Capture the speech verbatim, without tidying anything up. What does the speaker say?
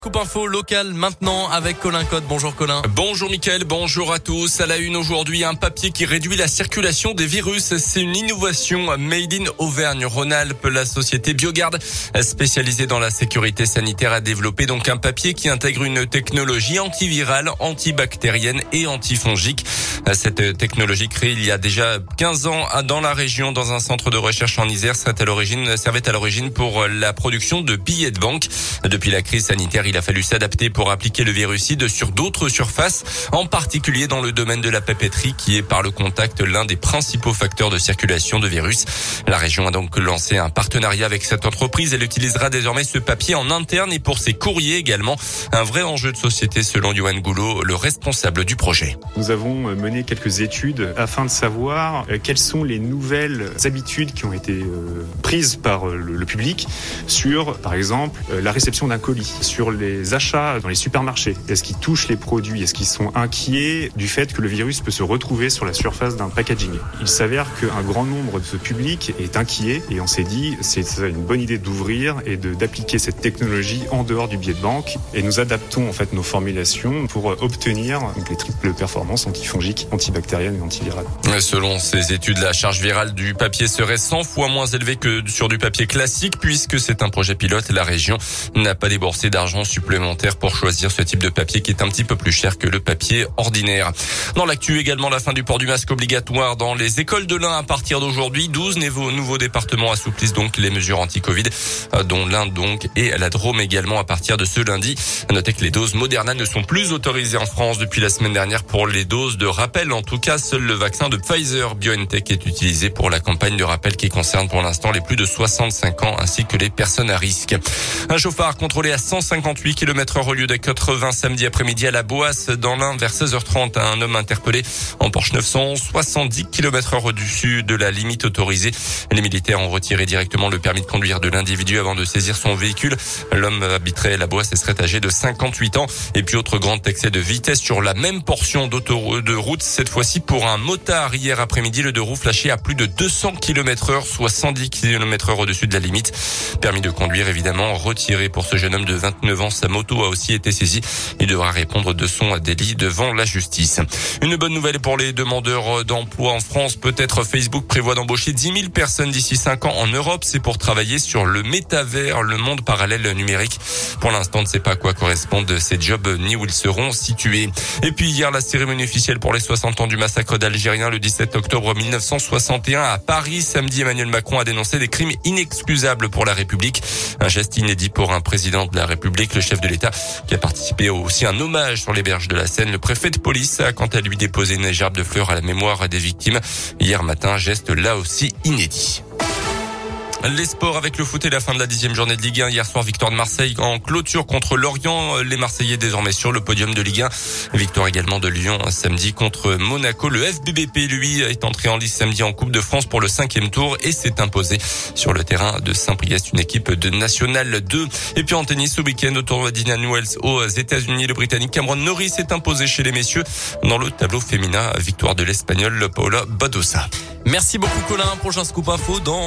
Coupe info locale maintenant avec Colin Cotte. Bonjour Colin. Bonjour Mickaël, bonjour à tous. À la une aujourd'hui, un papier qui réduit la circulation des virus. C'est une innovation made in Auvergne-Rhône-Alpes. La société Biogarde, spécialisée dans la sécurité sanitaire, a développé donc un papier qui intègre une technologie antivirale, antibactérienne et antifongique. Cette technologie créée il y a déjà quinze ans dans la région, dans un centre de recherche en Isère, servait à l'origine, servait à l'origine pour la production de billets de banque. Depuis la crise sanitaire, il a fallu s'adapter pour appliquer le virucide sur d'autres surfaces, en particulier dans le domaine de la papeterie, qui est par le contact l'un des principaux facteurs de circulation de virus. La région a donc lancé un partenariat avec cette entreprise. Elle utilisera désormais ce papier en interne et pour ses courriers également. Un vrai enjeu de société selon Johan Goulot, le responsable du projet. Nous avons mené quelques études afin de savoir quelles sont les nouvelles habitudes qui ont été prises par le public sur, par exemple, la réception d'un colis, sur les achats dans les supermarchés. Est-ce qu'ils touchent les produits? Est-ce qu'ils sont inquiets du fait que le virus peut se retrouver sur la surface d'un packaging? Il s'avère qu'un grand nombre de ce public est inquiet et on s'est dit c'est une bonne idée d'ouvrir et de, d'appliquer cette technologie en dehors du billet de banque, et nous adaptons en fait nos formulations pour obtenir donc, les triples performances antifongiques, antibactériennes et antivirales. Selon ces études, la charge virale du papier serait cent fois moins élevée que sur du papier classique. Puisque c'est un projet pilote, la région n'a pas déboursé d'argent supplémentaire pour choisir ce type de papier qui est un petit peu plus cher que le papier ordinaire. Dans l'actu également, la fin du port du masque obligatoire dans les écoles de l'Ain à partir d'aujourd'hui. douze nouveaux, nouveaux départements assouplissent donc les mesures anti-Covid, dont l'Ain donc et la Drôme également à partir de ce lundi. Notez que les doses Moderna ne sont plus autorisées en France depuis la semaine dernière pour les doses de rappel. En tout cas, seul le vaccin de Pfizer-BioNTech est utilisé pour la campagne de rappel qui concerne pour l'instant les plus de soixante-cinq ans ainsi que les personnes à risque. Un chauffard contrôlé à cent cinquante-huit kilomètres heure au lieu de quatre-vingts samedi après-midi à la Boasse dans l'Ain vers seize heures trente. Un homme interpellé en Porsche neuf cent onze, soixante-dix kilomètres heure au-dessus de la limite autorisée. Les militaires ont retiré directement le permis de conduire de l'individu avant de saisir son véhicule. L'homme habiterait la Boasse et serait âgé de cinquante-huit ans. Et puis autre grand excès de vitesse sur la même portion d'autoroute, de route, cette fois-ci pour un motard. Hier après-midi, le deux roues flashé à plus de deux cents kilomètres heure, soit cent dix kilomètres heure au-dessus de la limite. Permis de conduire évidemment retiré pour ce jeune homme de vingt-neuf ans. Sa moto a aussi été saisie. Il devra répondre de son délit devant la justice. Une bonne nouvelle pour les demandeurs d'emploi en France. Peut-être Facebook prévoit d'embaucher dix mille personnes d'ici cinq ans en Europe. C'est pour travailler sur le métavers, le monde parallèle numérique. Pour l'instant, on ne sait pas à quoi correspondent ces jobs ni où ils seront situés. Et puis hier, la cérémonie officielle pour les soixante ans du massacre d'Algériens le dix-sept octobre mille neuf cent soixante et un à Paris. Samedi, Emmanuel Macron a dénoncé des crimes inexcusables pour la République. Un geste inédit pour un président de la République. Le chef de l'État qui a participé aussi à un hommage sur les berges de la Seine. Le préfet de police a quant à lui déposé une gerbe de fleurs à la mémoire des victimes. Hier matin, geste là aussi inédit. Les sports avec le foot et la fin de la dixième journée de Ligue un. Hier soir, victoire de Marseille en clôture contre Lorient. Les Marseillais désormais sur le podium de Ligue un. Victoire également de Lyon samedi contre Monaco. Le F B B P, lui, est entré en lice samedi en Coupe de France pour le cinquième tour et s'est imposé sur le terrain de Saint-Priest, une équipe de National deux. Et puis en tennis, ce week-end, au tournoi d'Indian Wells aux États-Unis, le Britannique Cameron Norrie s'est imposé chez les messieurs dans le tableau féminin. Victoire de l'Espagnol Paula Badosa. Merci beaucoup Colin. Prochain scoop info dans